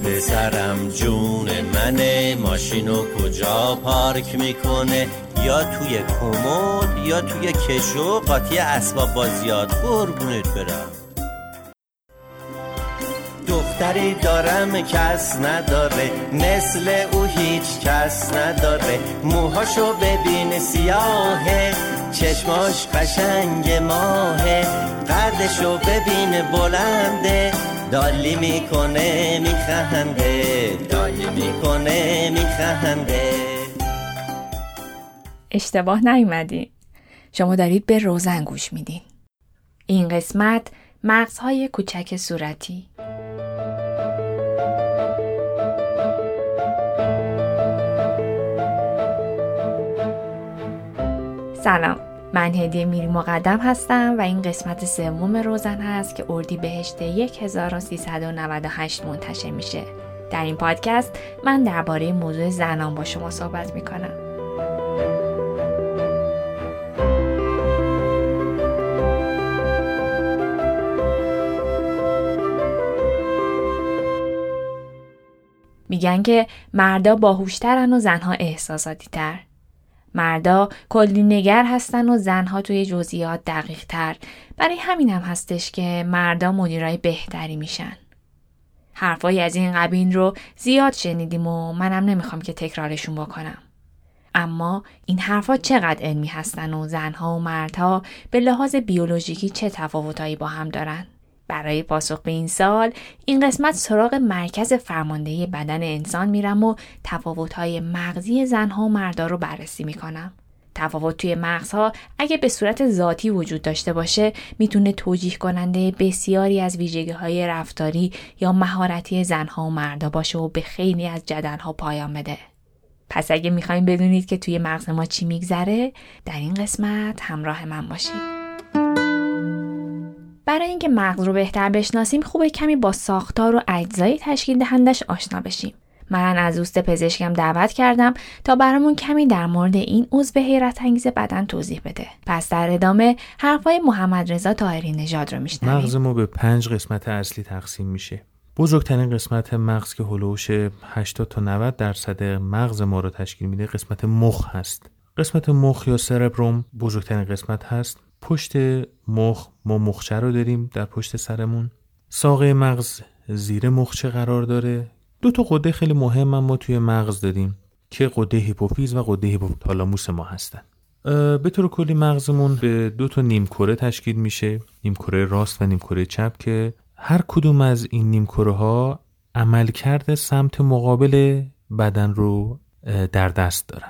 پسرم جون منه، ماشینو کجا پارک میکنه؟ یا توی کمد یا توی کشو قاطی اسباب بازیات. قربونت برم. دختری دارم کس نداره، مثل او هیچ کس نداره. موهاشو ببین سیاهه، چشماش قشنگ ماهه. قدشو ببین بلنده، دالی میکنه میخنده، دالی میکنه میخنده. اشتباه نیومدین. شما دارید به روزن گوش میدین. این قسمت مغزهای کوچک صورتی. سلام، من هدیه میری مقدم هستم و این قسمت سوم روزن هست که اردیبهشت 1398 منتشر میشه. در این پادکست من درباره موضوع زنان با شما صحبت میکنم. میگن که مردا باهوشترن و زنها احساساتی تر. مردا کلی نگر هستن و زنها توی جزئیات دقیق تر. برای همین هم هستش که مردا مدیرای بهتری میشن. حرفایی از این قبیل رو زیاد شنیدیم و منم نمیخوام که تکرارشون بکنم. اما این حرفا چقدر علمی هستن و زنها و مردها به لحاظ بیولوژیکی چه تفاوتایی با هم دارن؟ برای پاسخ به این سوال این قسمت سراغ مرکز فرماندهی بدن انسان میرم و تفاوت‌های مغزی زنها و مردها رو بررسی میکنم. تفاوت توی مغزها اگه به صورت ذاتی وجود داشته باشه میتونه توجیه کننده بسیاری از ویژگی‌های رفتاری یا مهارتی زنها و مردها باشه و به خیلی از جدل‌ها پایان بده. پس اگه میخواین بدونید که توی مغز ما چی میگذره، در این قسمت همراه من باشید. برای اینکه مغز رو بهتر بشناسیم خوبه کمی با ساختار و اجزای تشکیل دهندش آشنا بشیم. من از دوست پزشکم دعوت کردم تا برامون کمی در مورد این عضو حیرت انگیز بدن توضیح بده. پس در ادامه حرفای محمد رضا طاهری نژاد رو میشنویم. مغز ما به 5 قسمت اصلی تقسیم میشه. بزرگترین قسمت مغز که هولوش 80 تا 90% مغز ما رو تشکیل میده قسمت مخ هست. قسمت مخ یا سربروم بزرگترین قسمت هست. پشت مخ ما مخچه رو داریم در پشت سرمون. ساقه مغز زیر مخچه قرار داره. 2 تا غده خیلی مهم ما توی مغز داریم که غده هیپوفیز و غده هیپوتالاموس ما هستن. به طور کلی مغزمون به 2 تا نیمکره تشکیل میشه، نیمکره راست و نیمکره چپ، که هر کدوم از این نیمکره ها عملکرد سمت مقابل بدن رو در دست دارن.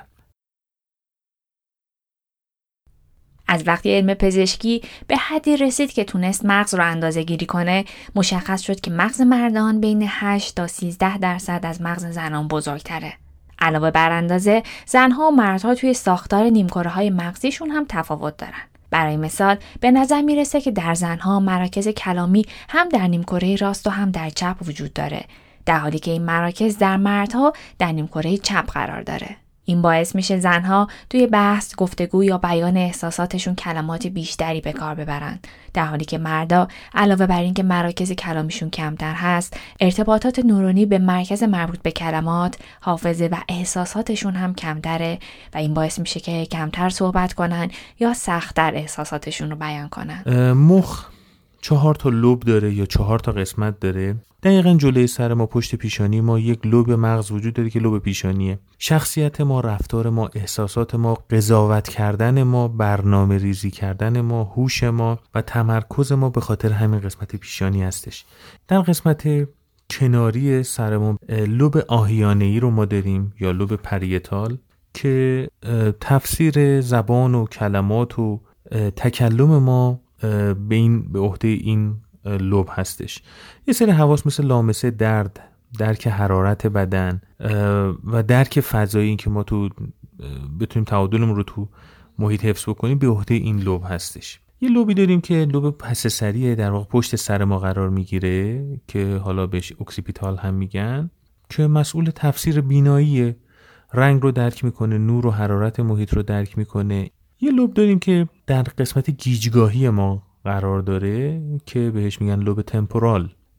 از وقتی علم پزشکی به حدی رسید که تونست مغز رو اندازه گیری کنه، مشخص شد که مغز مردان بین 8 تا 13% از مغز زنان بزرگتره. علاوه بر اندازه، زنها و مردها توی ساختار نیمکره‌های مغزیشون هم تفاوت دارن. برای مثال، به نظر میرسه که در زنها مراکز کلامی هم در نیمکره راست و هم در چپ وجود داره، در حالی که این مراکز در مردها در نیمکره چپ قرار داره. این باعث میشه زنها توی بحث، گفتگو یا بیان احساساتشون کلمات بیشتری به کار ببرن، در حالی که مردا علاوه بر این که مراکز کلامیشون کمتر هست، ارتباطات نورونی به مرکز مربوط به کلمات، حافظه و احساساتشون هم کمتره و این باعث میشه که کمتر صحبت کنن یا سخت‌تر احساساتشون رو بیان کنن. مخ 4 تا لوب داره یا 4 تا قسمت داره. دقیقاً جلوی سر ما پشت پیشانی ما یک لوب مغز وجود داره که لوب پیشانیه. شخصیت ما، رفتار ما، احساسات ما، قضاوت کردن ما، برنامه ریزی کردن ما، هوش ما و تمرکز ما به خاطر همین قسمت پیشانی هستش. در قسمت کناری سر ما لوب آهیانه‌ای رو ما داریم یا لوب پریتال که تفسیر زبان و کلمات و تکلم ما به عهده این لوب هستش. یه سری حواس مثل لامسه درد، درک حرارت بدن و درک فضایی، این که ما تو بتونیم تعادلمون رو تو محیط حفظ بکنیم، به عهده این لوب هستش. یه لوبی داریم که لوب پس سریه، در واقع پشت سر ما قرار میگیره که حالا بهش اکسیپیتال هم میگن، که مسئول تفسیر بینایی، رنگ رو درک میکنه، نور و حرارت محیط رو درک میکنه. یه لوب داریم که در قسمت گیجگاهی ما قرار داره که بهش میگن لوب تمپورال،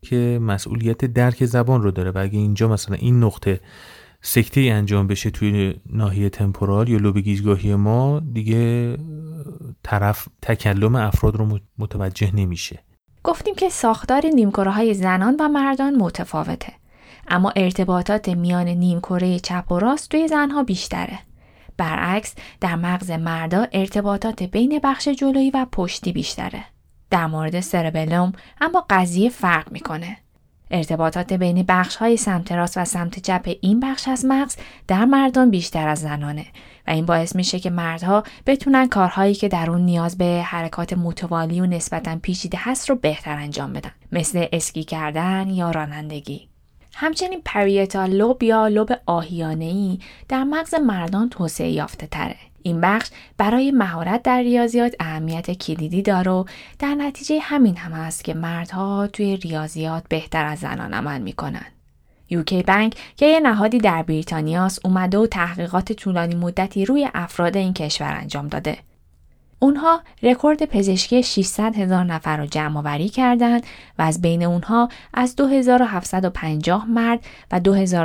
که مسئولیت درک زبان رو داره و اگه اینجا مثلا این نقطه سکته انجام بشه توی ناحیه تمپورال یا لوب گیجگاهی ما، دیگه طرف تکلم افراد رو متوجه نمیشه. گفتیم که ساختار نیمکره‌های زنان و مردان متفاوته، اما ارتباطات میان نیمکره چپ و راست توی زنها بیشتره. برعکس در مغز مردا ارتباطات بین بخش جلویی و پشتی بیشتره. در مورد سربلم اما قضیه فرق میکنه. ارتباطات بین بخش‌های سمت راست و سمت چپ این بخش از مغز در مردان بیشتر از زنانه و این باعث میشه که مردها بتونن کارهایی که در اون نیاز به حرکات متوالی و نسبتاً پیچیده هست رو بهتر انجام بدن، مثل اسکی کردن یا رانندگی. همچنین پریتال لوب یا لوب آهیانه‌ای در مغز مردان توسعه یافته تره. این بخش برای مهارت در ریاضیات اهمیت کلیدی داره و در نتیجه همین هم هست که مردها توی ریاضیات بهتر از زنان عمل میکنن. یوکی بنک که یه نهادی در بریتانیاست اومده و تحقیقات طولانی مدتی روی افراد این کشور انجام داده. اونها رکورد پزشکی 600,000 نفر رو جمع آوری کردند و از بین اونها از 2750 مرد و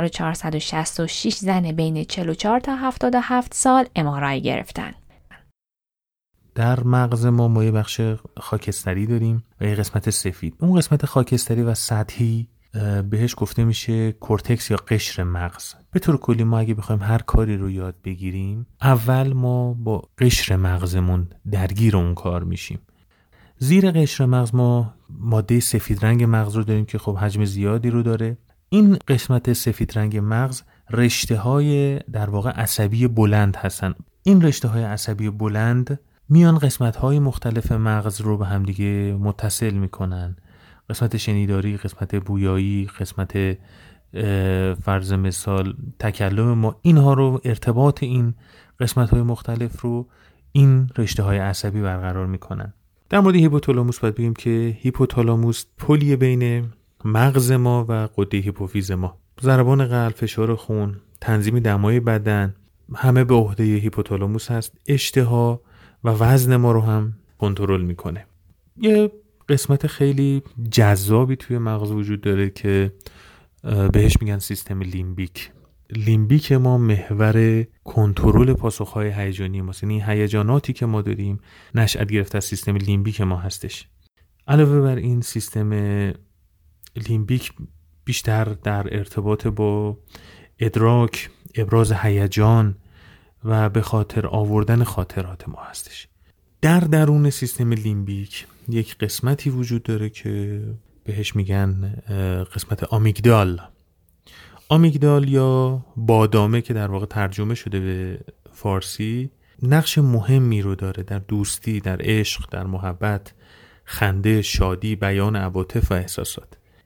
2466 زن بین 44 تا 77 سال MRI گرفتن. در مغز ما یه بخش خاکستری داریم و یه قسمت سفید. اون قسمت خاکستری و سطحی بهش گفته میشه کورتکس یا قشر مغز. به طور کلی ما اگه بخوایم هر کاری رو یاد بگیریم، اول ما با قشر مغزمون درگیر اون کار میشیم. زیر قشر مغز ما ماده سفید رنگ مغز رو داریم که خب حجم زیادی رو داره. این قسمت سفید رنگ مغز رشته‌های در واقع عصبی بلند هستن. این رشته‌های عصبی بلند میان قسمت‌های مختلف مغز رو به هم دیگه متصل میکنن. قسمت شنیداری، قسمت بویایی، قسمت فرض مثال تکلم ما، اینها رو ارتباط این قسمت‌های مختلف رو این رشته‌های عصبی برقرار میکنن. در مورد هیپوتالاموس باید بگیم که هیپوتالاموس پلی بین مغز ما و غده هیپوفیز ما. ضربان قلب، فشار خون، تنظیم دمای بدن همه به عهده هیپوتالاموس هست. اشتها و وزن ما رو هم کنترل میکنه. یه قسمت خیلی جذابی توی مغز وجود داره که بهش میگن سیستم لیمبیک. لیمبیک ما محور کنترل پاسخهای هیجانی ماست. یعنی هیجاناتی که ما داریم نشأت گرفته از سیستم لیمبیک ما هستش. علاوه بر این سیستم لیمبیک بیشتر در ارتباط با ادراک، ابراز هیجان و به خاطر آوردن خاطرات ما هستش. در درون سیستم لیمبیک یک قسمتی وجود داره که بهش میگن قسمت آمیگدال. آمیگدال یا بادامه که در واقع ترجمه شده به فارسی، نقش مهمی رو داره در دوستی، در عشق، در محبت، خنده، شادی، بیان عواطف و احساسات.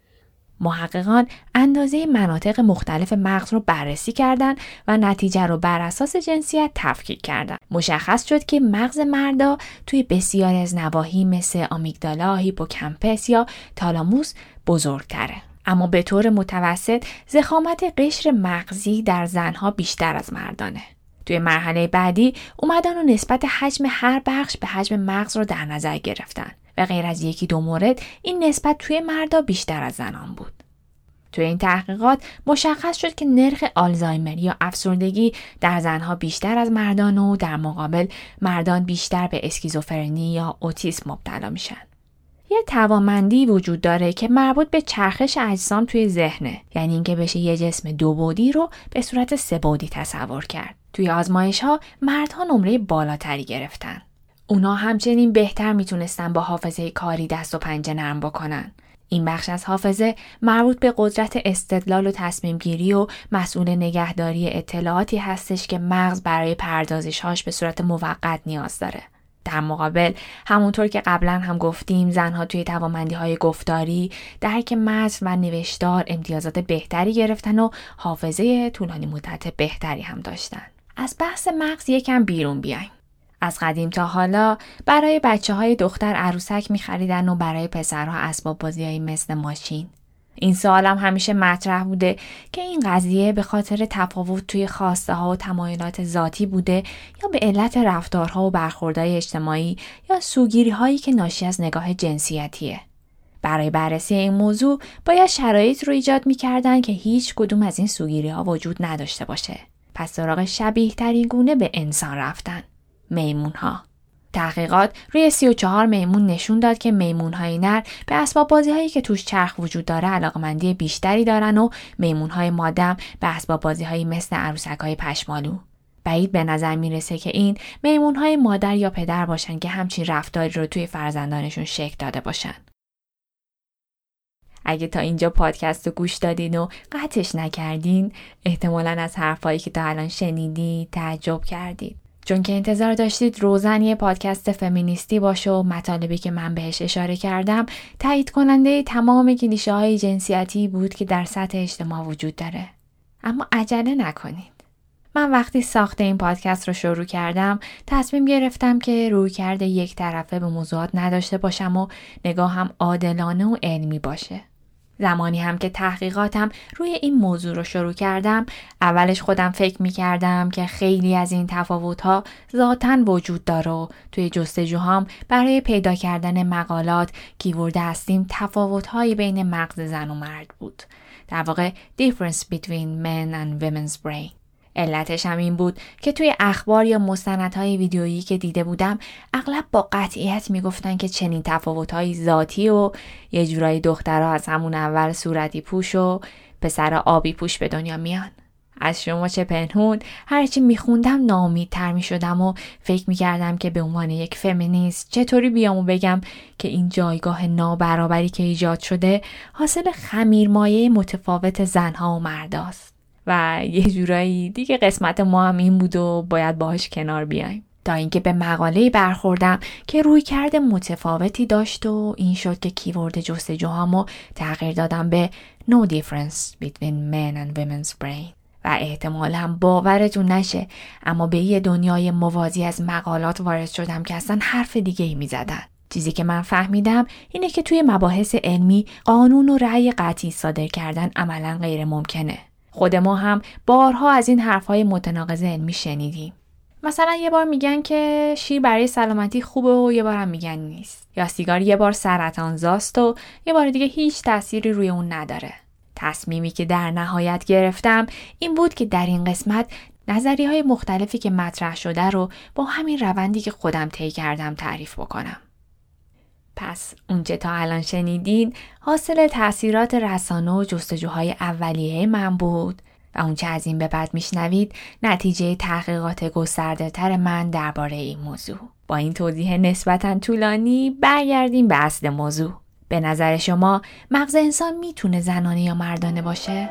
محققان اندازه مناطق مختلف مغز رو بررسی کردند و نتیجه رو بر اساس جنسیت تفکیک کردند. مشخص شد که مغز مردا توی بسیاری از نواحی مثل آمیگدالا، هیپوکامپس یا تالاموس بزرگتره. اما به طور متوسط ضخامت قشر مغزی در زنها بیشتر از مردانه. توی مرحله بعدی اومدن و نسبت حجم هر بخش به حجم مغز رو در نظر گرفتن و غیر از یکی دو مورد این نسبت توی مردا بیشتر از زنان بود. توی این تحقیقات مشخص شد که نرخ آلزایمر یا افسردگی در زنها بیشتر از مردان و در مقابل مردان بیشتر به اسکیزوفرنی یا اوتیسم مبتلا میشن. یه توانمندی وجود داره که مربوط به چرخش اجسام توی ذهنه، یعنی اینکه بشه یه جسم دو بعدی رو به صورت سه بعدی تصور کرد. توی آزمایش‌ها مردها نمره بالاتری گرفتن. اونا همچنین بهتر میتونستن با حافظه کاری دست و پنجه نرم بکنن. این بخش از حافظه مربوط به قدرت استدلال و تصمیم گیری و مسئول نگهداری اطلاعاتی هستش که مغز برای پردازش‌هاش به صورت موقت نیاز داره. در مقابل همونطور که قبلا هم گفتیم زنها توی توانمندی‌های گفتاری، درک متن و نوشتار امتیازات بهتری گرفتن و حافظه طولانی مدت بهتری هم داشتن. از بحث مغز یکم بیرون بیایم. از قدیم تا حالا برای بچه‌های دختر عروسک می‌خریدن و برای پسرها اسباب بازی‌هایی مثل ماشین. این سوال هم همیشه مطرح بوده که این قضیه به خاطر تفاوت توی خواسته‌ها و تمایلات ذاتی بوده یا به علت رفتارها و برخوردهای اجتماعی یا سوگیری‌هایی که ناشی از نگاه جنسیتیه. برای بررسی این موضوع باید شرایط رو ایجاد می‌کردن که هیچ کدوم از این سوگیری‌ها وجود نداشته باشه. پس سراغ شبیه ترین گونه به انسان رفتن، میمون‌ها. تحقیقات روی 34 میمون نشون داد که میمون‌های نر به اسباب بازی‌هایی که توش چرخ وجود داره علاقمندی بیشتری دارن و میمون‌های ماده به اسباب بازی‌هایی مثل عروسک‌های پشمالو. بعید به نظر میرسه که این میمون‌های مادر یا پدر باشن که همچین رفتاری رو توی فرزندانشون شکل داده باشن. اگه تا اینجا پادکست رو گوش دادین و قطعش نکردین، احتمالاً از حرفایی که تا الان شنیدید تعجب کردید. چون که انتظار داشتید روزن یه پادکست فمینیستی باشه و مطالبی که من بهش اشاره کردم تایید کننده تمام کلیشه‌های جنسیتی بود که در سطح اجتماع وجود داره. اما عجله نکنید. من وقتی ساخت این پادکست رو شروع کردم تصمیم گرفتم که رویکرد یک طرفه به موضوعات نداشته باشم و نگاهم عادلانه و علمی باشه. زمانی هم که تحقیقاتم روی این موضوع رو شروع کردم، اولش خودم فکر می‌کردم که خیلی از این تفاوت‌ها ذاتاً وجود داره و توی جستجوهام برای پیدا کردن مقالات کیورد هستیم تفاوت‌های بین مغز زن و مرد بود. در واقع difference between men and women's brain. علتش هم این بود که توی اخبار یا مستندهای ویدیویی که دیده بودم اغلب با قطعیت میگفتن که چنین تفاوت‌های ذاتی و یه جورایی دخترها از همون اول صورتی پوش و پسر آبی پوش به دنیا میان. از شما چه پنهون، هرچی میخوندم ناامیدتر میشدم و فکر میکردم که به عنوان یک فمینیست چطوری بیام و بگم که این جایگاه نابرابری که ایجاد شده حاصل خمیرمایه متفاوت زنها و مرداست. و یه جورایی دیگه قسمت ما هم این بود و باید باهاش کنار بیایم. تا اینکه به مقاله‌ای برخوردم که رویکرد متفاوتی داشت و این شد که کیورد جستجوهامو تغییر دادم به No difference between men and women's brain. و احتمالاً باورتون نشه اما به یه دنیای موازی از مقالات وارد شدم که اصلا حرف دیگه‌ای می‌زدن. چیزی که من فهمیدم اینه که توی مباحث علمی قانون و رأی قطعی صادر کردن عملاً غیر ممکنه. خود ما هم بارها از این حرفهای متناقض علمی شنیدیم. مثلا یه بار میگن که شیر برای سلامتی خوبه و یه بار هم میگن نیست. یا سیگار یه بار سرطانزاست و یه بار دیگه هیچ تأثیری روی اون نداره. تصمیمی که در نهایت گرفتم این بود که در این قسمت نظریه‌های مختلفی که مطرح شده رو با همین روندی که خودم طی کردم تعریف بکنم. پس اونچه تا الان شنیدین حاصل تأثیرات رسانه و جستجوهای اولیه من بود و اونچه از این به بعد میشنوید نتیجه تحقیقات گسترده‌تر من درباره این موضوع. با این توضیح نسبتاً طولانی برگردیم به اصل موضوع. به نظر شما مغز انسان میتونه زنانه یا مردانه باشه؟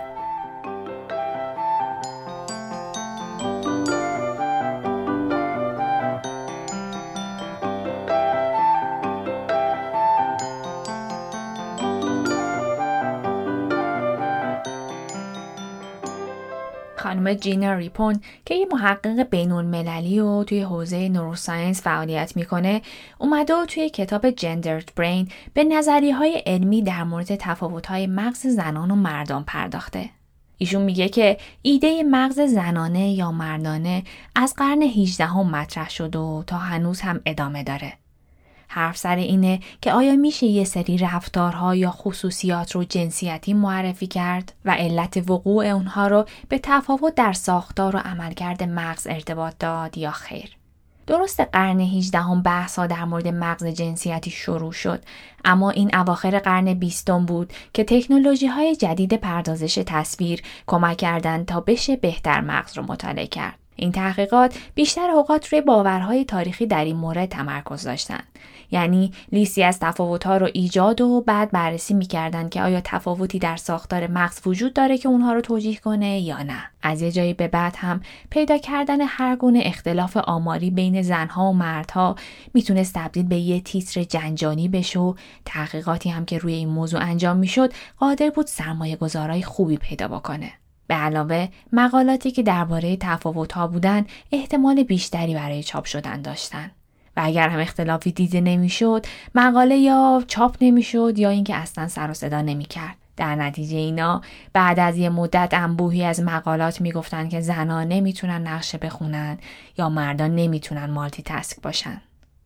خانم جینا ریپون که یه محقق بین‌المللی و توی حوزه نوروساینس فعالیت میکنه اومده و توی کتاب جندرد برین به نظریه‌های علمی در مورد تفاوت‌های مغز زنان و مردان پرداخته. ایشون میگه که ایده مغز زنانه یا مردانه از قرن 18 مطرح شد و تا هنوز هم ادامه داره. حرف سر اینه که آیا میشه یه سری رفتارها یا خصوصیات رو جنسیتی معرفی کرد و علت وقوع اونها رو به تفاوت در ساختار و عملکرد مغز ارتباط داد یا خیر؟ درست قرن 18 بحث‌ها در مورد مغز جنسیتی شروع شد، اما این اواخر قرن 20 بود که تکنولوژی‌های جدید پردازش تصویر کمک کردند تا بشه بهتر مغز رو مطالعه کرد. این تحقیقات بیشتر اوقات روی باورهای تاریخی در این مورد تمرکز داشتند. یعنی لیستی از تفاوت‌ها رو ایجاد و بعد بررسی می‌کردند که آیا تفاوتی در ساختار مغز وجود داره که اونها رو توجیه کنه یا نه. از یه جایی به بعد هم پیدا کردن هر گونه اختلاف آماری بین زنها و مردها میتونست تبدیل به یه تیتر جنجانی بشه و تحقیقاتی هم که روی این موضوع انجام میشد قادر بود سرمایه‌گذارای خوبی پیدا بکنه. به علاوه مقالاتی که درباره تفاوت‌ها بودن احتمال بیشتری برای چاپ شدن داشتن و اگر هم اختلافی دیده نمیشد مقاله یا چاپ نمیشد یا اینکه اصلا سر و صدا نمیکرد. در نتیجه اینا بعد از یه مدت انبوهی از مقالات میگفتن که زنان نمیتونن نقشه بخونن یا مردان نمیتونن مالتی تاسک باشن.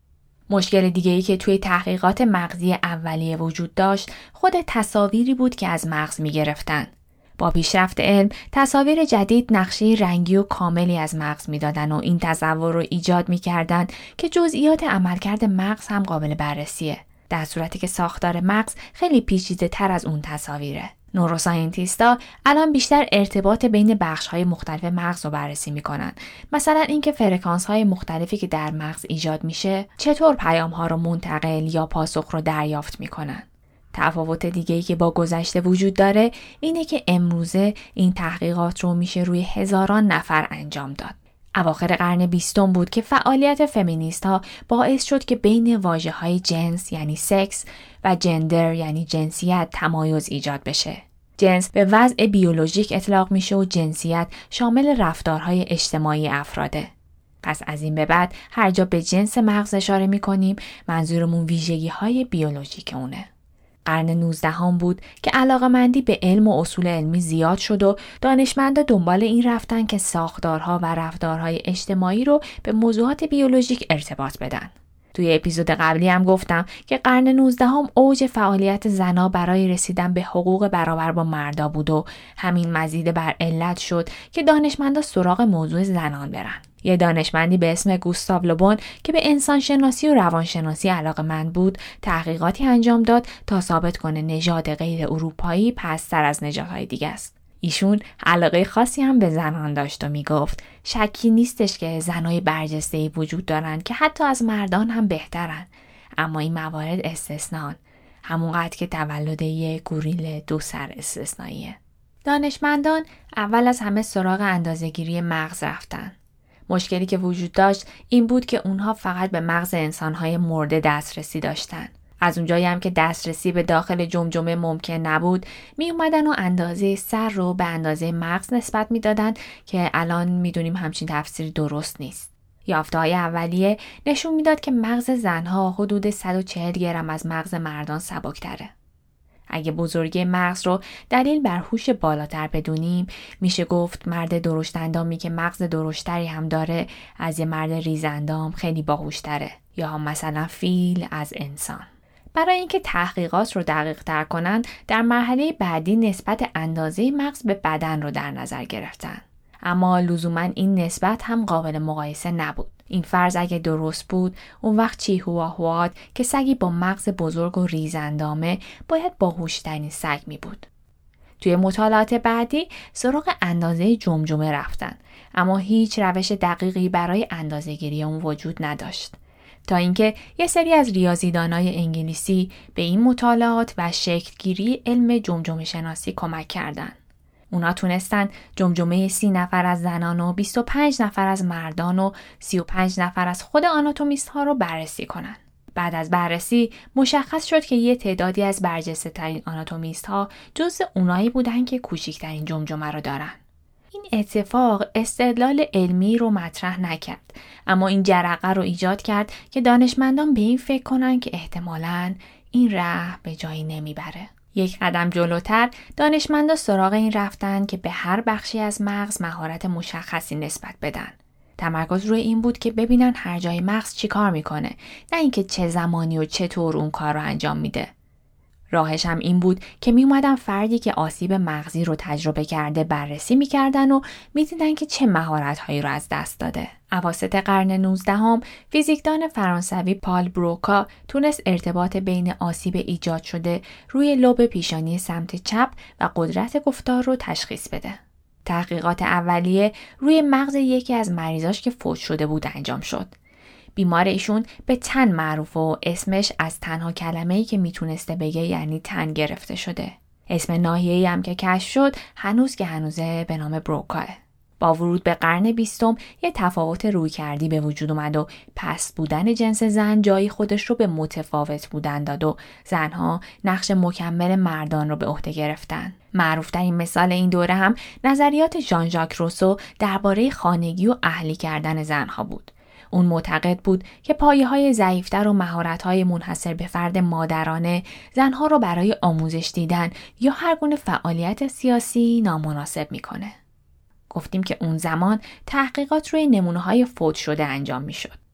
مشکل دیگه‌ای که توی تحقیقات مغزی اولیه وجود داشت، خود تصاویری بود که از مغز می‌گرفتن. با پیشرفت علم، تصاویر جدید نقشه رنگی و کاملی از مغز میدادن و این تصور رو ایجاد می‌کردن که جزئیات عملکرد مغز هم قابل بررسیه، در صورتی که ساختار مغز خیلی پیچیده‌تر از اون تصاویره. نوروساینتیستا الان بیشتر ارتباط بین بخش‌های مختلف مغز رو بررسی می‌کنن. مثلا اینکه فرکانس‌های مختلفی که در مغز ایجاد میشه چطور پیام‌ها رو منتقل یا پاسخ رو دریافت می‌کنن. تفاوت دیگه‌ای که با گذشته وجود داره اینه که امروزه این تحقیقات رو میشه روی هزاران نفر انجام داد. اواخر قرن 20 بود که فعالیت فمینیست‌ها باعث شد که بین واژه‌های جنس یعنی سکس و جندر یعنی جنسیت تمایز ایجاد بشه. جنس به وضع بیولوژیک اطلاق میشه و جنسیت شامل رفتارهای اجتماعی افراده. پس از این به بعد هر جا به جنس مغز اشاره می‌کنیم منظورمون ویژگی‌های بیولوژیک اونه. قرن 19 بود که علاقه‌مندی به علم و اصول علمی زیاد شد و دانشمندا دنبال این رفتن که ساختارها و رفتارهای اجتماعی رو به موضوعات بیولوژیک ارتباط بدن. توی اپیزود قبلی هم گفتم که قرن 19 اوج فعالیت زنها برای رسیدن به حقوق برابر با مردا بود و همین مزید بر علت شد که دانشمندا سراغ موضوع زنان برن. یه دانشمندی به اسم گوستاو لوبون که به انسانشناسی و روانشناسی علاقه‌مند بود تحقیقاتی انجام داد تا ثابت کنه نژاد غیر اروپایی پست‌تر از نژادهای دیگه است. ایشون علاقه خاصی هم به زنان داشت و میگفت شکی نیستش که زنای برجسته‌ای وجود دارن که حتی از مردان هم بهترن، اما این موارد استثنان، همونقدر که تولد یک گوریل 2 سر استثنائیه. دانشمندان اول از همه سراغ اندازه‌گیری مغز رفتن. مشکلی که وجود داشت این بود که اونها فقط به مغز انسان‌های مرده دسترسی داشتن. از اونجایی هم که دسترسی به داخل جمجمه ممکن نبود، می اومدن و اندازه سر رو به اندازه مغز نسبت میدادن که الان میدونیم همچین تفسیر درست نیست. یافته‌های اولیه نشون میداد که مغز زنها حدود 140 گرم از مغز مردان سبک‌تره. اگه بزرگی مغز رو دلیل بر هوش بالاتر بدونیم، میشه گفت مرد درشت‌اندامی که مغز درشتری هم داره از یه مرد ریزاندام خیلی باهوش‌تره، یا مثلا فیل از انسان. برای اینکه تحقیقات رو دقیق تر کنن، در مرحله بعدی نسبت اندازه مغز به بدن رو در نظر گرفتن. اما لزوماً این نسبت هم قابل مقایسه نبود. این فرض اگه درست بود، اون وقت چیهواهواد که سگی با مغز بزرگ و ریزاندامه باید باهوش‌ترین سگ می بود. توی مطالعات بعدی سراغ اندازه جمجمه رفتن، اما هیچ روش دقیقی برای اندازه‌گیری اون وجود نداشت. تا اینکه یه سری از ریاضیدانای انگلیسی به این مطالعات و شکلگیری علم جمجمه شناسی کمک کردن. اونا تونستن جمجمه 30 نفر از زنان و 25 نفر از مردان و 35 نفر از خود آناتومیست ها رو بررسی کنن. بعد از بررسی مشخص شد که یه تعدادی از برجسته ترین آناتومیست ها جزء اونایی بودن که کوچکترین جمجمه رو دارن. این اتفاق استدلال علمی رو مطرح نکرد، اما این جرقه رو ایجاد کرد که دانشمندان به این فکر کنن که احتمالاً این راه به جایی نمیبره. یک قدم جلوتر دانشمندا سراغ این رفتن که به هر بخشی از مغز مهارت مشخصی نسبت بدن. تمرکز روی این بود که ببینن هر جای مغز چی کار میکنه، نه اینکه چه زمانی و چطور اون کار رو انجام میده. راهش هم این بود که می اومدن فردی که آسیب مغزی رو تجربه کرده بررسی میکردن و میدیدن که چه مهارت‌هایی رو از دست داده. اواسط قرن 19 فیزیکدان فرانسوی پال بروکا تونست ارتباط بین آسیب ایجاد شده روی لوب پیشانی سمت چپ و قدرت گفتار رو تشخیص بده. تحقیقات اولیه روی مغز یکی از مریضاش که فوت شده بود انجام شد. بیمار ایشون به تن معروف و اسمش از تنها کلمه‌ای که میتونسته بگه یعنی تن گرفته شده. اسم ناحیه‌ای هم که کشف شد هنوز که هنوزه به نام بروکاه. با ورود به قرن 20 یه تفاوت رویکردی به وجود اومد و پست بودن جنس زن جایی خودش رو به متفاوت بودن داد و زنها نقش مکمل مردان رو به عهده گرفتن. معروف‌ترین مثال این دوره هم نظریات ژان ژاک روسو درباره خانگی و اهلی کردن زنها بود. اون معتقد بود که پایه‌های ضعیف‌تر و مهارت‌های منحصر به فرد مادرانه زنها رو برای آموزش دیدن یا هر گونه فعالیت سیاسی نامناسب می‌کنه. گفتیم که اون زمان تحقیقات روی نمونه‌های فوت شده انجام می‌شد.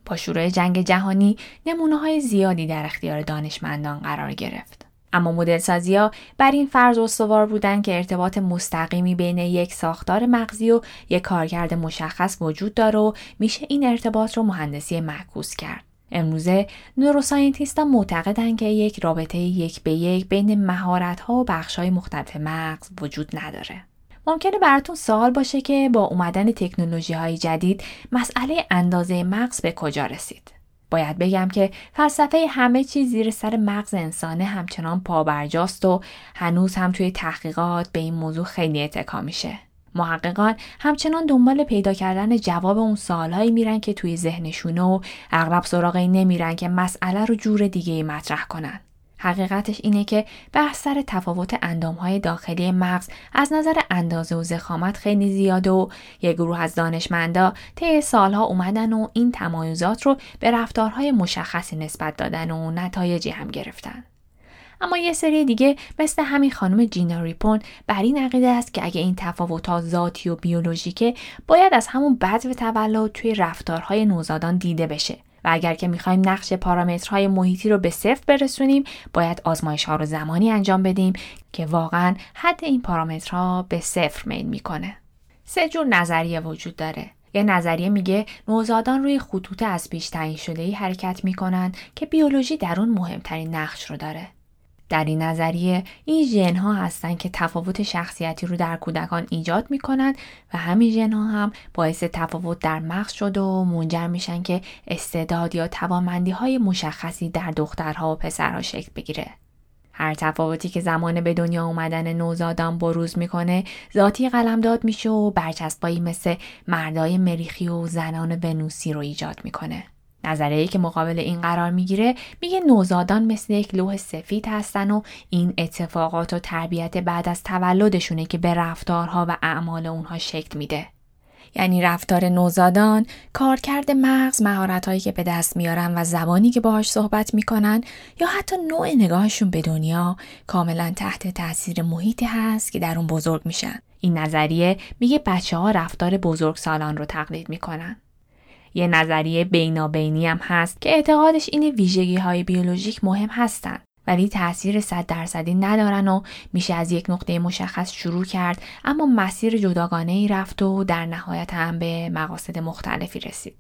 با شروع جنگ جهانی نمونه‌های زیادی در اختیار دانشمندان قرار گرفت. اما مدل‌سازی‌ها بر این فرض استوار بودند که ارتباط مستقیمی بین یک ساختار مغزی و یک کارکرد مشخص وجود داره و میشه این ارتباط رو مهندسی معکوس کرد. امروزه نوروساینتیست‌ها معتقدند که یک رابطه 1:1 بین مهارت‌ها و بخش‌های مختلف مغز وجود نداره. ممکنه براتون سوال باشه که با اومدن تکنولوژی‌های جدید مسئله اندازه مغز به کجا رسید؟ باید بگم که فلسفه همه چیز زیر سر مغز انسانه همچنان پابرجاست و هنوز هم توی تحقیقات به این موضوع خیلی اتکا میشه. محققان همچنان دنبال پیدا کردن جواب اون سوالایی میرن که توی ذهنشونه و اغلب سراغ این نمیرن که مسئله رو جور دیگه‌ای مطرح کنن. حقیقتش اینه که بحث سر تفاوت اندامهای داخلی مغز از نظر اندازه و ضخامت خیلی زیاده و یک گروه از دانشمندا طی سالها اومدن و این تمایزات رو به رفتارهای مشخصی نسبت دادن و نتایجی هم گرفتن. اما یه سری دیگه مثل همین خانم جینا ریپون بر این عقیده است که اگه این تفاوت‌ها ذاتی و بیولوژیکه باید از همون بدو تولد توی رفتارهای نوزادان دیده بشه. و اگر که میخوایم نقش پارامترهای محیطی رو به صفر برسونیم باید آزمایش‌ها رو زمانی انجام بدیم که واقعاً حد این پارامترها به صفر میل میکنه. 3 جور نظریه وجود داره. یه نظریه میگه نوزادان روی خطوط از پیش تعیین شده‌ای حرکت میکنن که بیولوژی در اون مهمترین نقش رو داره. در این نظریه این ژن‌ها هستن که تفاوت شخصیتی رو در کودکان ایجاد میکنن و همین ژن‌ها هم باعث تفاوت در مغز شده و منجر میشن که استعداد یا توانمندی‌های مشخصی در دخترها و پسرها شکل بگیره. هر تفاوتی که زمان به دنیا اومدن نوزادان بروز میکنه ذاتی قلمداد میشه و برچسبایی مثل مردای مریخی و زنان ونوسی رو ایجاد میکنه. نظریه‌ای که مقابل این قرار میگیره میگه نوزادان مثل یک لوح سفید هستن و این اتفاقات و تربیت بعد از تولدشونه که به رفتارها و اعمال اونها شکل میده. یعنی رفتار نوزادان، کارکرد مغز، مهارت‌هایی که به دست میارن و زبانی که باهاش صحبت میکنن یا حتی نوع نگاهشون به دنیا کاملا تحت تاثیر محیطی هست که در اون بزرگ میشن. این نظریه میگه بچه‌ها رفتار بزرگسالان رو تقلید میکنن. یه نظریه بینابینی هم هست که اعتقادش اینه ویژگی‌های بیولوژیک مهم هستن ولی تأثیر 100% ندارن و میشه از یک نقطه مشخص شروع کرد اما مسیر جداگانه‌ای رفت و در نهایت هم به مقاصد مختلفی رسید.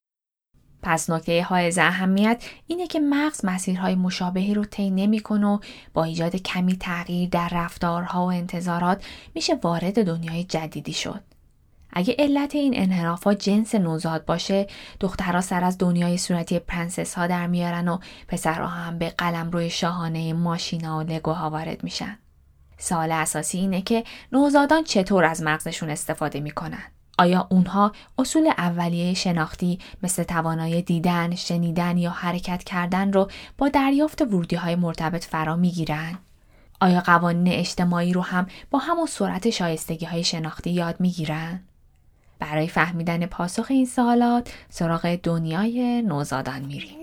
پس نکته حائز اهمیت اینه که مغز مسیرهای مشابهی رو طی نمی‌کنه و با ایجاد کمی تغییر در رفتارها و انتظارات میشه وارد دنیای جدیدی شد. اگه علت این انحرافات جنس نوزاد باشه، دخترها سر از دنیای صورتی پرنسس ها در میارن و پسرها هم به قلمرو شاهانه ماشینا و لگوها وارد میشن. سوال اساسی اینه که نوزادان چطور از مغزشون استفاده میکنن؟ آیا اونها اصول اولیه شناختی مثل توانایی دیدن، شنیدن یا حرکت کردن رو با دریافت ورودی‌های مرتبط فرا میگیرن؟ آیا قوانین اجتماعی رو هم با همون سرعت شایستگی‌های شناختی یاد میگیرن؟ برای فهمیدن پاسخ این سوالات سراغ دنیای نوزادان میریم.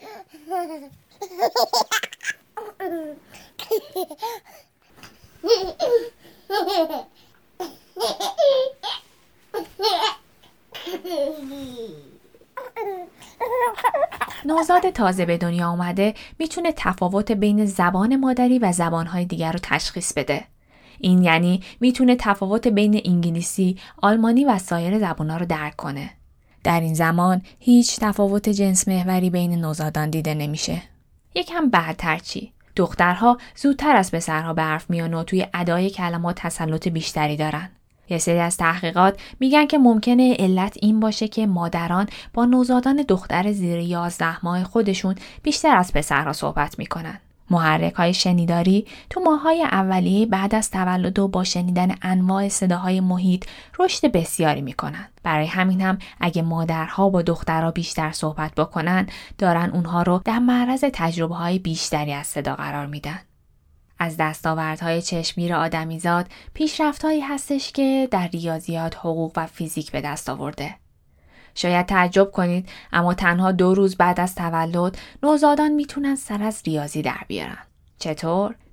نوزاد تازه به دنیا اومده میتونه تفاوت بین زبان مادری و زبانهای دیگر رو تشخیص بده. این یعنی میتونه تفاوت بین انگلیسی، آلمانی و سایر زبان‌ها رو درک کنه. در این زمان هیچ تفاوت جنس محوری بین نوزادان دیده نمیشه. یکم بعدتر چی؟ دخترها زودتر از پسرها به حرف میان و توی ادای کلمات تسلط بیشتری دارن. یه سری از تحقیقات میگن که ممکنه علت این باشه که مادران با نوزادان دختر زیر 11 ماه خودشون بیشتر از پسرها صحبت میکنن. محرک‌های شنیداری تو ماه‌های اولیه بعد از تولد و با شنیدن انواع صداهای محیط رشد بسیاری می‌کنن. برای همین هم اگه مادرها با دخترها بیشتر صحبت بکنن، دارن اونها رو در معرض تجربه‌های بیشتری از صدا قرار میدن. از دستاوردهای چشمگیر آدمیزاد پیشرفت‌هایی هستش که در ریاضیات، حقوق و فیزیک به دست آورده. شاید تعجب کنید اما تنها 2 روز بعد از تولد نوزادان میتونن سر از ریاضی در بیارن. چطور؟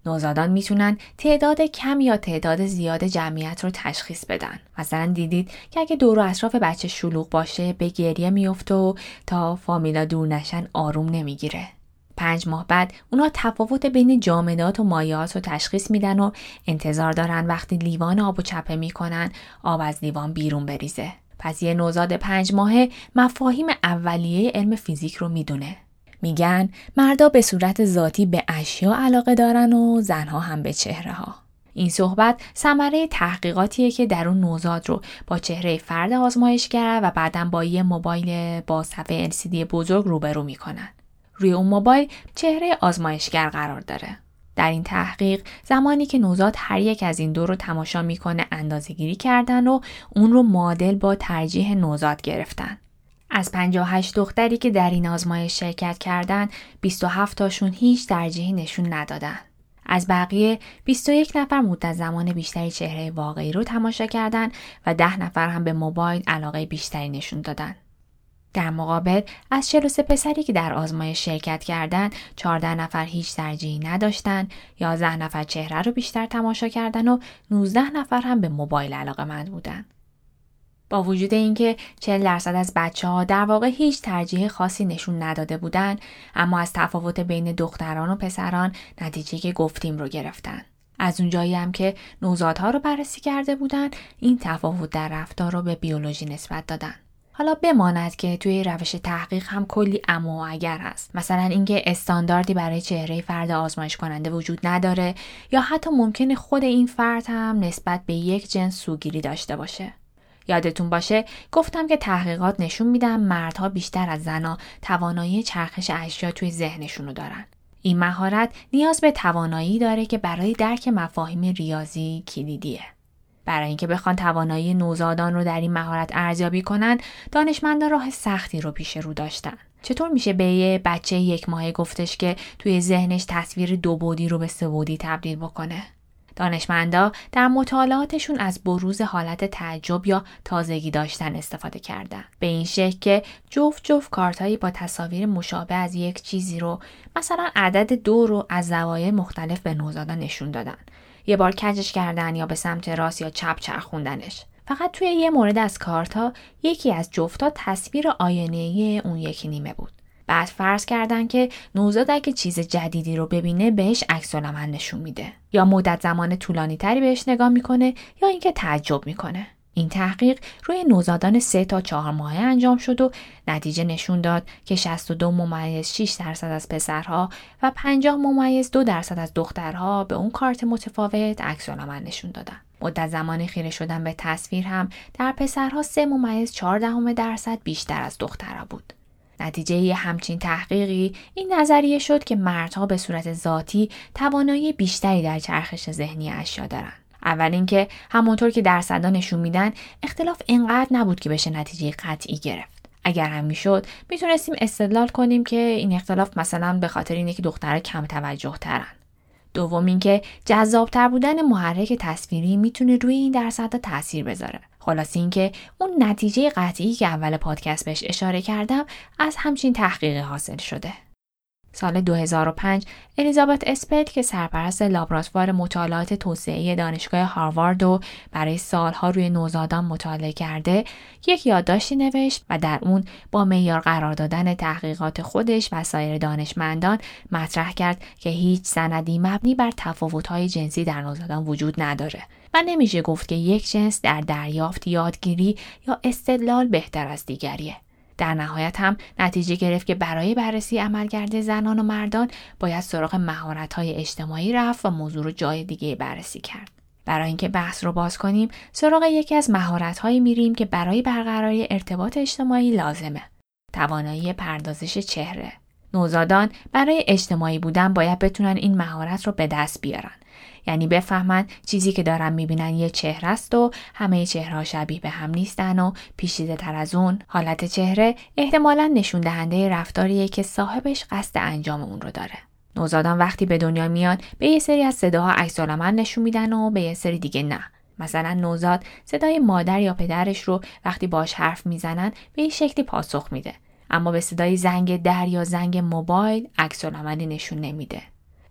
نوزادان میتونن تعداد کم یا تعداد زیاد جمعیت رو تشخیص بدن. مثلا دیدید که اگه دور و اطراف بچه شلوغ باشه به گریه میفته و تا فامیلا دور نشن آروم نمیگیره. 5 ماه بعد اونا تفاوت بین جامدات و مایعات رو تشخیص میدن و انتظار دارن وقتی لیوان آبو چپه میکنن آب از لیوان بیرون بریزه. پس یه نوزاد 5 ماهه مفاهیم اولیه علم فیزیک رو میدونه. میگن مردا به صورت ذاتی به اشیا علاقه دارن و زنها هم به چهره ها. این صحبت ثمره تحقیقاتیه که در اون نوزاد رو با چهره فرد آزمایشگر و بعداً با یه موبایل با صفحه LCD بزرگ روبرو میکنن. روی اون موبایل چهره آزمایشگر قرار داره. در این تحقیق زمانی که نوزاد هر یک از این دو رو تماشا میکنه اندازه‌گیری کردن و اون رو معادل با ترجیح نوزاد گرفتن. از 58 دختری که در این آزمایش شرکت کردن 27 تاشون هیچ ترجیحی نشون ندادن. از بقیه 21 نفر مدت زمان بیشتری چهره واقعی رو تماشا کردن و 10 نفر هم به موبایل علاقه بیشتری نشون دادن. در مقابل از 43 پسری که در آزمایش شرکت کردن 14 نفر هیچ ترجیحی نداشتن، 11 نفر چهره رو بیشتر تماشا کردن و 19 نفر هم به موبایل علاقه‌مند بودن. با وجود اینکه 40% از بچه‌ها در واقع هیچ ترجیح خاصی نشون نداده بودن، اما از تفاوت بین دختران و پسران نتیجه که گفتیم رو گرفتن. از اونجایی هم که نوزادها رو بررسی کرده بودن، این تفاوت در رفتار رو به بیولوژی نسبت دادن. حالا بماند که توی روش تحقیق هم کلی اما و اگر هست. مثلا اینکه استانداردی برای چهره فرد آزمایش کننده وجود نداره یا حتی ممکنه خود این فرد هم نسبت به یک جنس سوگیری داشته باشه. یادتون باشه گفتم که تحقیقات نشون میدن مردها بیشتر از زنها توانایی چرخش اشیا توی ذهنشونو دارن. این مهارت نیاز به توانایی داره که برای درک مفاهیم ریاضی کلیدیه. برای اینکه بخوان توانایی نوزادان رو در این مهارت ارزیابی کنن، دانشمندان راه سختی رو پیش رو داشتن. چطور میشه به یه بچه 1 ماهه گفتش که توی ذهنش تصویر 2 بعدی رو به 3 بعدی تبدیل بکنه؟ دانشمندا در مطالعاتشون از بروز حالت تعجب یا تازگی داشتن استفاده کردن. به این شکل که جفت کارتایی با تصاویر مشابه از یک چیزی رو، مثلا عدد 2 رو از زوایای مختلف به نوزادان نشون دادن. یه بار کجش کردن یا به سمت راست یا چپ چرخوندنش. فقط توی یه مورد از کارتا یکی از جفتا تصویر آینه‌ای اون یکی نیمه بود. بعد فرض کردن که نوزاد اگه چیز جدیدی رو ببینه بهش عکس‌العمل نشون میده، یا مدت زمان طولانی تری بهش نگاه میکنه یا اینکه تعجب میکنه. این تحقیق روی نوزادان 3 تا 4 ماهه انجام شد و نتیجه نشون داد که 62.6% از پسرها و 50.2% از دخترها به اون کارت متفاوت عکس‌العمل نشون دادن. مدت زمان خیره شدن به تصویر هم در پسرها 3.4% بیشتر از دخترها بود. نتیجه یه همچین تحقیقی این نظریه شد که مردها به صورت ذاتی توانایی بیشتری در چرخش ذهنی اشیا دارن. اول اینکه همونطور که درصدا نشون میدن اختلاف اینقدر نبود که بشه نتیجه قطعی گرفت. اگر هم میشد میتونستیم استدلال کنیم که این اختلاف مثلا به خاطر اینه که دخترها کم توجه ترن. دوم اینکه جذابتر بودن محرک تصویری میتونه روی این درصدا تاثیر بذاره. خلاص اینکه اون نتیجه قطعی که اول پادکست بهش اشاره کردم از همچین تحقیقی حاصل شده. سال 2005 الیزابت اسپل که سرپرست لابراتوار مطالعات توسعه دانشگاه هاروارد رو برای سالها روی نوزادان مطالعه کرده، یک یادداشتی نوشت و در اون با معیار قرار دادن تحقیقات خودش و سایر دانشمندان مطرح کرد که هیچ سندی مبنی بر تفاوت‌های جنسی در نوزادان وجود نداره و نمیشه گفت که یک جنس در دریافت، یادگیری یا استدلال بهتر از دیگریه. در نهایت هم نتیجه گرفت که برای بررسی عملکرد زنان و مردان باید سراغ مهارت‌های اجتماعی رفت و موضوع رو جای دیگه بررسی کرد. برای اینکه بحث رو باز کنیم، سراغ یکی از مهارت‌هایی میریم که برای برقراری ارتباط اجتماعی لازمه. توانایی پردازش چهره. نوزادان برای اجتماعی بودن باید بتونن این مهارت رو به دست بیارن. یعنی بفهمن چیزی که دارن میبینن یه چهره است و همه چهره‌ها شبیه به هم نیستن و پیچیده تر از اون حالت چهره احتمالاً نشون دهنده رفتاریه که صاحبش قصد انجام اون رو داره. نوزادان وقتی به دنیا میان به یه سری از صداها عکس‌العمل نشون میدن و به یه سری دیگه نه. مثلا نوزاد صدای مادر یا پدرش رو وقتی باهاش حرف میزنن به این شکلی پاسخ میده، اما به صدای زنگ در یا زنگ موبایل عکس‌العملی نشون نمیده.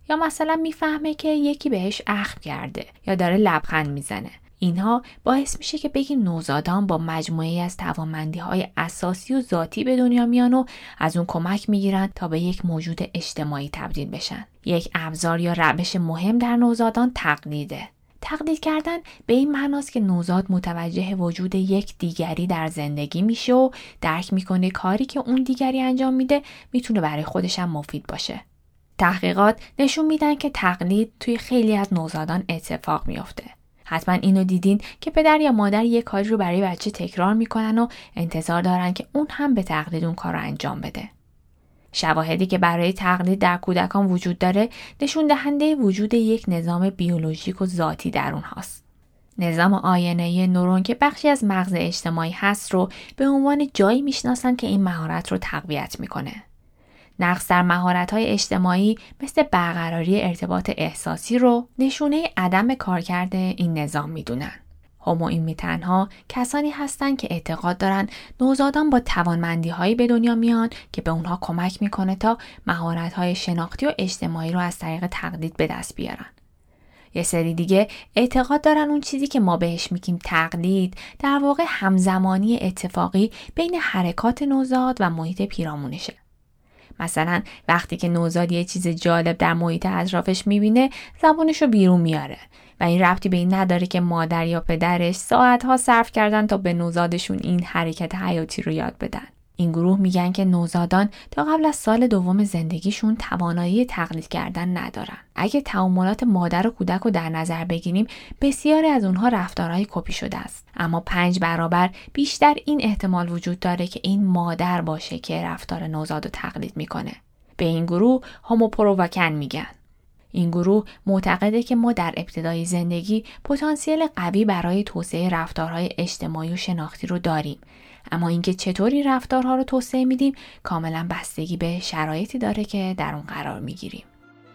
یا مثلا میفهمه که یکی بهش اخم کرده یا داره لبخند میزنه. اینها باعث میشه که بگیم نوزادان با مجموعه‌ای از توانمندی‌های اساسی و ذاتی به دنیا میان و از اون کمک میگیرن تا به یک موجود اجتماعی تبدیل بشن. یک ابزار یا روش مهم در نوزادان تقلیده. تقلید کردن به این معناست که نوزاد متوجه وجود یک دیگری در زندگی میشه و درک میکنه کاری که اون دیگری انجام میده میتونه برای خودش هم مفید باشه. تحقیقات نشون میدن که تقلید توی خیلی از نوزادان اتفاق میفته. حتما اینو دیدین که پدر یا مادر یک کاری رو برای بچه تکرار میکنن و انتظار دارن که اون هم به تقلید اون کار رو انجام بده. شواهدی که برای تقلید در کودکان وجود داره نشون دهنده وجود یک نظام بیولوژیک و ذاتی در اونهاست. نظام آینه‌ای نورون که بخشی از مغز اجتماعی هست رو به عنوان جایی میشناسن که این مهارت رو تقویت میکنه. نقص در مهارت‌های اجتماعی مثل برقراری ارتباط احساسی رو نشونه عدم کارکرد این نظام میدونن. هوموایمیتن‌ها کسانی هستند که اعتقاد دارن نوزادان با توانمندی‌هایی به دنیا میان که به اونها کمک میکنه تا مهارت‌های شناختی و اجتماعی رو از طریق تقلید به دست بیارن. یه سری دیگه اعتقاد دارن اون چیزی که ما بهش میگیم تقلید در واقع همزمانی اتفاقی بین حرکات نوزاد و محیط پیرامونشه. مثلا وقتی که نوزاد یه چیز جالب در محیط اطرافش میبینه زبونشو بیرون میاره و این ربطی به این نداره که مادر یا پدرش ساعتها صرف کردن تا به نوزادشون این حرکت حیاتی رو یاد بدن. این گروه میگن که نوزادان تا قبل از سال دوم زندگیشون توانایی تقلید کردن ندارن. اگه تعاملات مادر و کودک رو در نظر بگیریم بسیاری از اونها رفتارهای کپی شده است. اما 5 برابر بیشتر این احتمال وجود داره که این مادر باشه که رفتار نوزاد رو تقلید میکنه. به این گروه هوموپروواکن میگن. این گروه معتقده که ما در ابتدای زندگی پتانسیل قوی برای توسعه رفتارهای اجتماعی و شناختی رو داریم. اما اینکه چطوری رفتارها رو توسعه میدیم کاملا بستگی به شرایطی داره که در اون قرار میگیریم.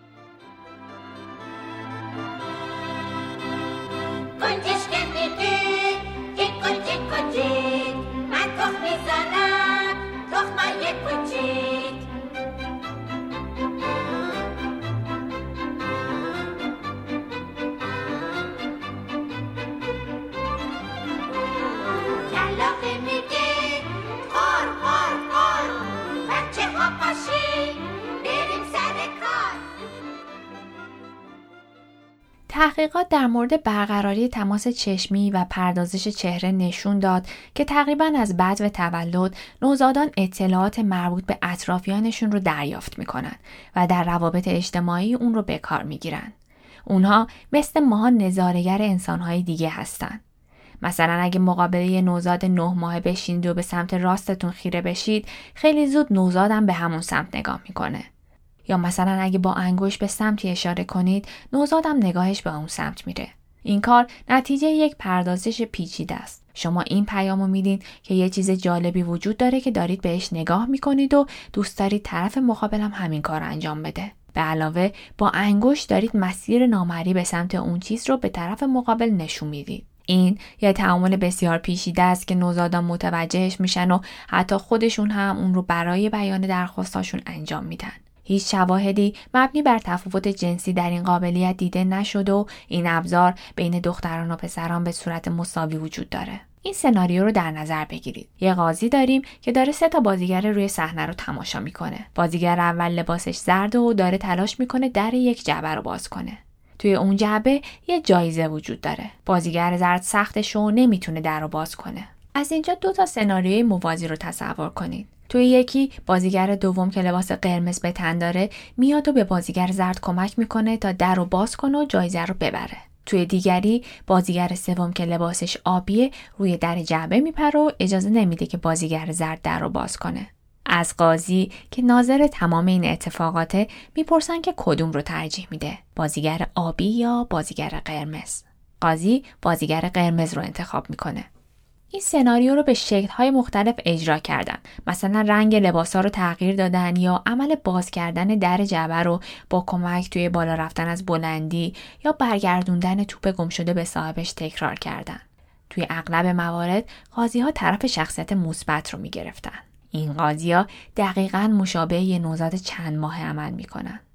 تحقیقات در مورد برقراری تماس چشمی و پردازش چهره نشون داد که تقریباً از بدو تولد نوزادان اطلاعات مربوط به اطرافیانشون رو دریافت میکنن و در روابط اجتماعی اون رو به کار میگیرن. اونها مثل ماها نظاره‌گر انسانهای دیگه هستن. مثلا اگه مقابله نوزاد 9 ماهه بشینید و به سمت راستتون خیره بشید، خیلی زود نوزادم به همون سمت نگاه میکنه. یا مثلا اگه با انگشت به سمتی اشاره کنید، نوزادم نگاهش به اون سمت میره. این کار نتیجه یک پردازش پیچیده است. شما این پیامو میدین که یه چیز جالبی وجود داره که دارید بهش نگاه میکنید و دوست دارید طرف مقابلم همین کار انجام بده. به علاوه با انگشت دارید مسیر نامرئی به سمت اون چیز رو به طرف مقابل نشون میدید. این یه تعامل بسیار پیچیده است که نوزادان متوجهش میشن و حتی خودشون هم اون رو برای بیان درخواستاشون انجام میدن. هیچ شواهدی مبنی بر تفاوت جنسی در این قابلیت دیده نشد و این ابزار بین دختران و پسران به صورت مساوی وجود داره. این سناریو رو در نظر بگیرید. یه قاضی داریم که داره 3 بازیگر روی صحنه رو تماشا میکنه. بازیگر اول لباسش زرد و داره تلاش میکنه در یک جعبه رو باز کنه. توی اون جعبه یه جایزه وجود داره. بازیگر زرد سختش رو نمیتونه در رو باز کنه. از اینجا 2 سناریوی موازی رو تصور کنید. توی یکی بازیگر دوم که لباس قرمز به تن داره میاد و به بازیگر زرد کمک میکنه تا در رو باز کنه و جایزه رو ببره. توی دیگری بازیگر سوم که لباسش آبیه روی در جعبه میپره و اجازه نمیده که بازیگر زرد در رو باز کنه. از قاضی که ناظر تمام این اتفاقاته میپرسن که کدوم رو ترجیح میده، بازیگر آبی یا بازیگر قرمز. قاضی بازیگر قرمز رو انتخاب میکنه. این سناریو رو به شکل‌های مختلف اجرا کردن. مثلا رنگ لباسا رو تغییر دادن یا عمل باز کردن در جعبه رو با کمک توی بالا رفتن از بلندی یا برگردوندن توپ گم شده به صاحبش تکرار کردن. توی اغلب موارد قاضی‌ها طرف شخصیت مثبت رو می‌گرفتن. این قاضی‌ها دقیقاً مشابه یه نوزاد چند ماهه عمل می‌کنن.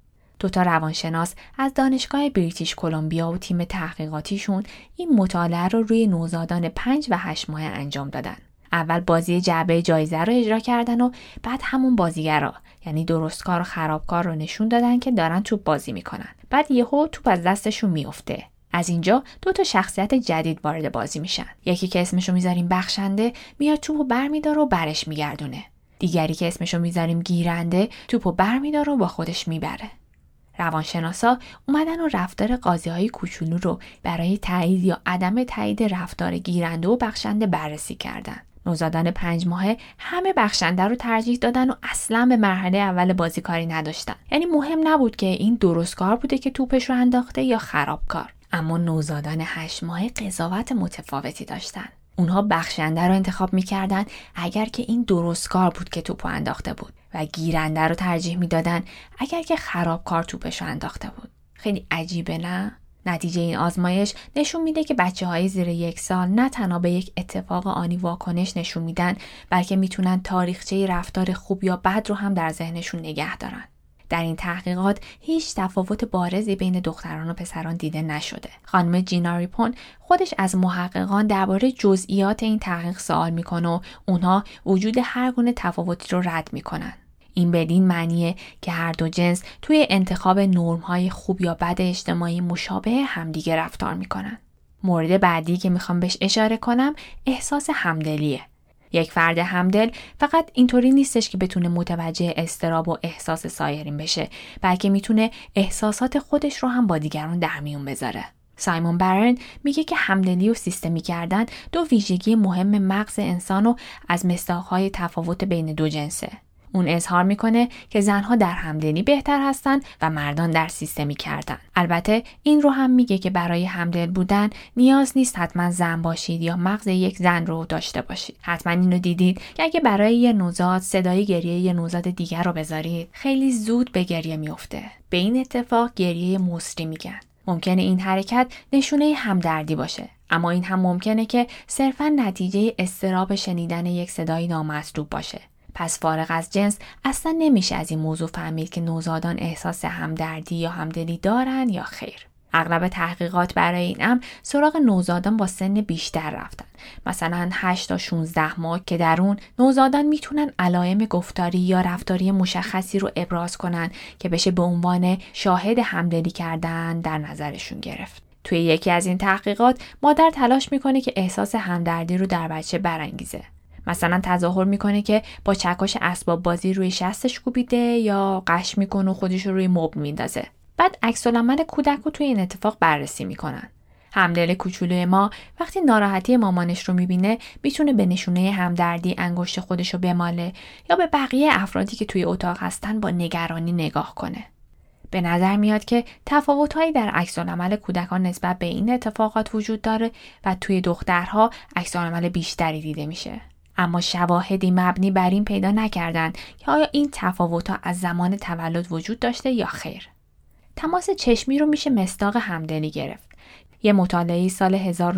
دوتا روانشناس از دانشگاه بریتیش کلمبیا و تیم تحقیقاتیشون این مطالعه رو روی نوزادان 5 و 8 ماهه انجام دادن. اول بازی جعبه جایزه رو اجرا کردن و بعد همون بازیگرا یعنی درستکار و خرابکار رو نشون دادن که دارن توپ بازی میکنن. بعد یهو توپ از دستشون میفته. از اینجا 2 شخصیت جدید وارد بازی میشن. یکی که اسمشو میذاریم بخشنده میاد توپو برمیداره و برش میگردونه. دیگری که اسمشو میذاریم گیرنده توپو برمیداره و با خودش میبره. روانشناسا اومدن و رفتار قاضی‌های کوچولو رو برای تایید یا عدم تایید رفتار گیرنده و بخشنده بررسی کردن. نوزادان 5 ماهه همه بخشنده رو ترجیح دادن و اصلا به مرحله اول بازی کاری نداشتن. یعنی مهم نبود که این درستکار بوده که توپش رو انداخته یا خرابکار. اما نوزادان 8 ماهه قضاوت متفاوتی داشتن. اونها بخشنده رو انتخاب می‌کردن اگر که این درستکار بود که توپو انداخته بود و گیرنده رو ترجیح میدادن اگر که خرابکار توپش رو انداخته بود. خیلی عجیبه نه؟ نتیجه این آزمایش نشون میده که بچه‌های زیر 1 سال نه تنها به یک اتفاق آنی واکنش نشون میدن، بلکه میتونن تاریخچه رفتار خوب یا بد رو هم در ذهنشون نگه دارن. در این تحقیقات هیچ تفاوت بارزی بین دختران و پسران دیده نشده. خانم جینا ریپون خودش از محققان درباره جزئیات این تحقیق سوال میکنه و اونها وجود هر گونه تفاوتی رو رد میکنن. این بدین معنیه که هر دو جنس توی انتخاب نرم‌های خوب یا بد اجتماعی مشابه همدیگه رفتار میکنن. مورد بعدی که میخوام بهش اشاره کنم احساس همدلیه. یک فرد همدل فقط اینطوری نیستش که بتونه متوجه اضطراب و احساس سایرین بشه، بلکه میتونه احساسات خودش رو هم با دیگران در میون بذاره. سایمون برن میگه که همدلی و سیستمی کردن 2 ویژگی مهم مغز انسان و از مصداق‌های تفاوت بین 2 جنسه. اون اظهار میکنه که زنها در همدلی بهتر هستن و مردان در سیستمی کردن. البته این رو هم میگه که برای همدل بودن نیاز نیست حتما زن باشید یا مغز یک زن رو داشته باشید. حتما اینو دیدید که اگه برای یه نوزاد صدای گریه یه نوزاد دیگر رو بذارید خیلی زود به گریه میفته. به این اتفاق گریه مصری میگن. ممکنه این حرکت نشونه همدردی باشه، اما این هم ممکنه که صرفاً نتیجه اضطراب شنیدن یک صدای نامطلوب باشه. پس فارغ از جنس اصلا نمیشه از این موضوع فهمید که نوزادان احساس همدردی یا همدلی دارن یا خیر. اغلب تحقیقات برای این امر سراغ نوزادان با سن بیشتر رفتن، مثلا 8 تا 16 ماه که در اون نوزادان میتونن علائم گفتاری یا رفتاری مشخصی رو ابراز کنن که بشه به عنوان شاهد همدلی کردن در نظرشون گرفت. توی یکی از این تحقیقات مادر تلاش میکنه که احساس همدردی رو در بچه برانگیزه. مثلا تظاهر میکنه که با چکش اسباب بازی روی شستش کوبیده یا قش میکنه و خودش رو روی مبل میندازه. بعد عکس‌العمل کودک رو توی این اتفاق بررسی میکنن. همدل کوچولوی ما وقتی ناراحتی مامانش رو میبینه میتونه به نشونه همدردی انگشت خودش رو بماله یا به بقیه افرادی که توی اتاق هستن با نگرانی نگاه کنه. به نظر میاد که تفاوت‌هایی در عکس‌العمل کودکان نسبت به این اتفاقات وجود داره و توی دخترها عکس‌العمل بیشتری دیده میشه. اما شواهدی مبنی بر این پیدا نکردن که آیا این تفاوت‌ها از زمان تولد وجود داشته یا خیر. تماس چشمی رو میشه مصداق همدلی گرفت. یه مطالعه سال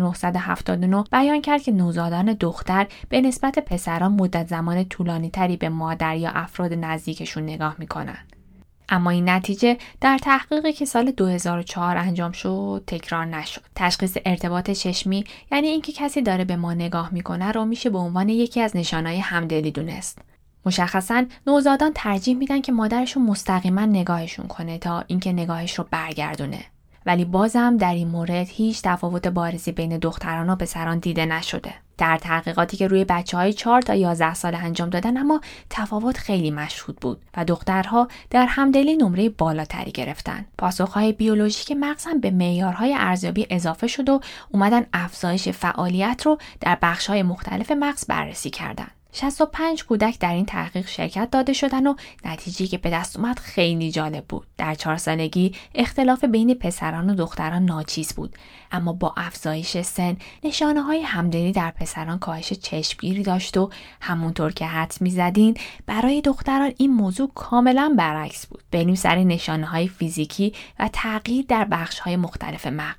1979 بیان کرد که نوزادان دختر به نسبت پسران مدت زمان طولانی تری به مادر یا افراد نزدیکشون نگاه میکنن. اما این نتیجه در تحقیقی که سال 2004 انجام شد تکرار نشد. تشخیص ارتباط چشمی یعنی اینکه کسی داره به ما نگاه میکنه رو میشه به عنوان یکی از نشانهای همدلی دونست. مشخصاً نوزادان ترجیح میدن که مادرشون مستقیما نگاهشون کنه تا اینکه نگاهش رو برگردونه. ولی بازم در این مورد هیچ تفاوت بارزی بین دختران و پسران دیده نشده. در تحقیقاتی که روی بچه‌های 4 تا 11 ساله انجام دادن اما تفاوت خیلی مشهود بود و دخترها در همدلی نمره بالاتری گرفتن. پاسخهای بیولوژیک مغز هم به معیارهای ارزیابی اضافه شد و اومدن افزایش فعالیت رو در بخش‌های مختلف مغز بررسی کردن. 65 کودک در این تحقیق شرکت داده شدن و نتیجه‌ای که به دست اومد خیلی جالب بود. در 4 سالگی اختلاف بین پسران و دختران ناچیز بود، اما با افزایش سن نشانه‌های همدلی در پسران کاهش چشمگیری داشت و همونطور که حدس می‌زدین برای دختران این موضوع کاملا برعکس بود. بریم سر نشانه‌های فیزیکی و تغییر در بخش‌های مختلف مغز.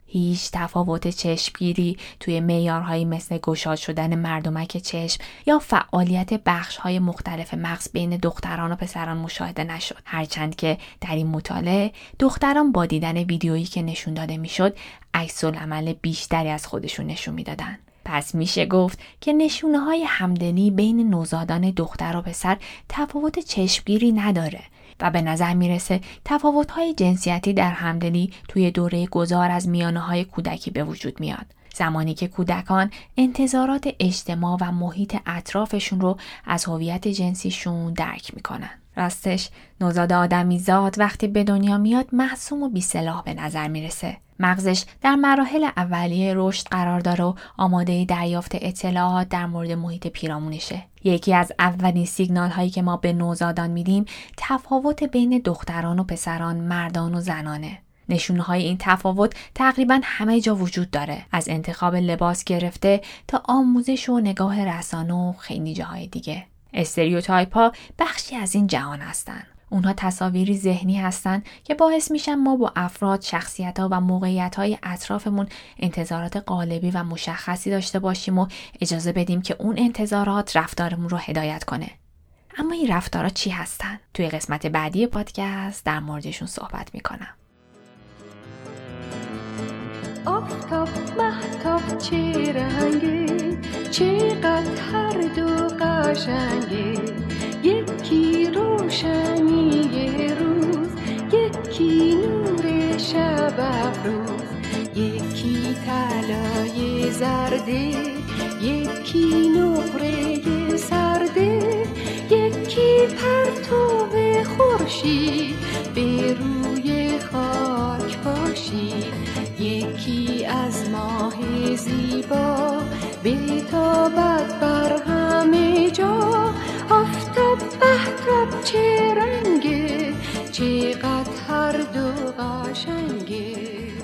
هیچ تفاوت چشمگیری توی معیارهایی مثل گشاد شدن مردمک چشم یا فعالیت بخش‌های مختلف مغز بین دختران و پسران مشاهده نشد. هرچند که در این مطالعه دختران با دیدن ویدیویی که نشون داده میشد عکس‌العمل بیشتری از خودشون نشون میدادن. پس میشه گفت که نشونه‌های همدلی بین نوزادان دختر و پسر تفاوت چشمگیری نداره و به نظر میرسه تفاوت‌های جنسیتی در همدلی توی دوره گذار از میانه‌های کودکی به وجود میاد. زمانی که کودکان انتظارات اجتماع و محیط اطرافشون رو از هویت جنسیشون درک میکنن. راستش نوزاد آدمیزاد وقتی به دنیا میاد معصوم و بی‌سلاح به نظر میرسه. مغزش در مراحل اولیه رشد قرار داره و آماده دریافت اطلاعات در مورد محیط پیرامونشه. یکی از اولین سیگنال هایی که ما به نوزادان میدیم تفاوت بین دختران و پسران، مردان و زنانه. نشونه های این تفاوت تقریبا همه جا وجود داره، از انتخاب لباس گرفته تا آموزش و نگاه رسانه و خیلی جاهای دیگه. استریوتایپ ها بخشی از این جهان هستن. اونها تصاویری ذهنی هستن که باعث میشن ما با افراد، شخصیت‌ها و موقعیت‌های اطرافمون انتظارات قالبی و مشخصی داشته باشیم و اجازه بدیم که اون انتظارات رفتارمون رو هدایت کنه. اما این رفتارها چی هستن؟ توی قسمت بعدی پادکست در موردشون صحبت میکنم. آفتاب مهتاب چه رنگه، چقدر هر دو قشنگه، یکی روشنی روز، یکی نور شب افروز، یکی طلای زرده، یکی نقره سرده، یکی پرتو خورشید به روی خاک پاشید، یکی از ماه زیبا بتابد بر همه جا. آفتاب مهتاب چه رنگه، چقدر هر دو قشنگه.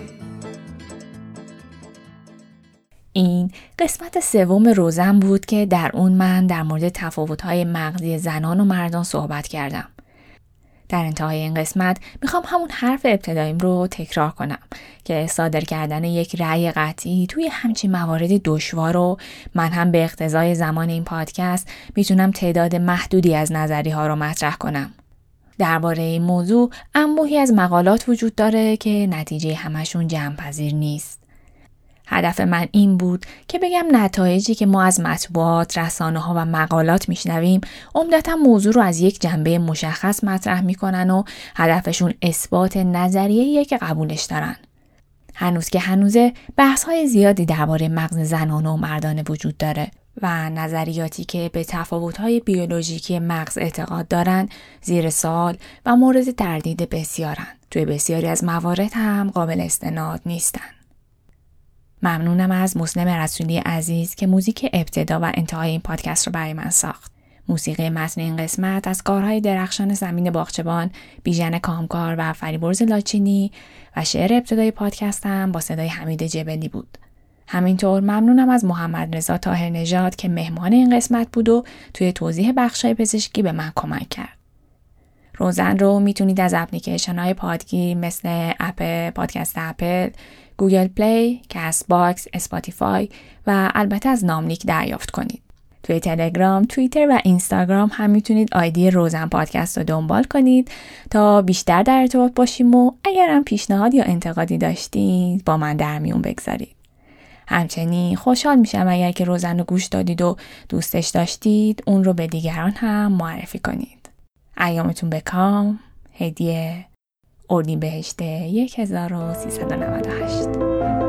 این قسمت سوم روزن بود که در اون من در مورد تفاوت‌های مغزی زنان و مردان صحبت کردم. در انتهای این قسمت میخوام همون حرف ابتداییم رو تکرار کنم که صادر کردن یک رأی قطعی توی همچین موارد دشوار رو من هم به اقتضای زمان این پادکست میتونم تعداد محدودی از نظریه ها رو مطرح کنم. درباره این موضوع انبوهی از مقالات وجود داره که نتیجه همشون جمع‌پذیر نیست. هدف من این بود که بگم نتایجی که ما از مطبوعات، رسانه‌ها و مقالات میشنویم عمدتاً موضوع رو از یک جنبه مشخص مطرح میکنن و هدفشون اثبات نظریه‌ایه که قبولش دارن. هنوز که هنوزه بحث‌های زیادی درباره مغز زنانه و مردانه وجود داره و نظریاتی که به تفاوت‌های بیولوژیکی مغز اعتقاد دارن زیر سوال و مورد تردید بسیارن. توی بسیاری از موارد هم قابل استناد نیستن. ممنونم از مسلم رسولی عزیز که موزیک ابتدا و انتهای این پادکست رو برای من ساخت. موسیقی متن این قسمت از کارهای درخشان زمین باغچبان، بیژن کامکار و فریبرز لاچینی و شعر ابتدای پادکستم با صدای حمید جبلی بود. همینطور ممنونم از محمد رضا طاهرنژاد که مهمان این قسمت بود و توی توضیح بخشای پزشکی به من کمک کرد. روزن رو میتونید از اپلیکیشن‌های پادگیر مثل اپ پادکست اپل، گوگل پلی، کست باکس، اسپاتیفای و البته از ناملیک دریافت کنید. توی تلگرام، توییتر و اینستاگرام هم میتونید آیدی روزن پادکست رو دنبال کنید تا بیشتر در ارتباط باشیم و اگر هم پیشنهاد یا انتقادی داشتید با من در میون بگذارید. همچنین خوشحال میشم اگر که روزن رو گوش دادید و دوستش داشتید اون رو به دیگران هم معرفی کنید. ایامتون بکام. هدیه اردیبهشت 1398.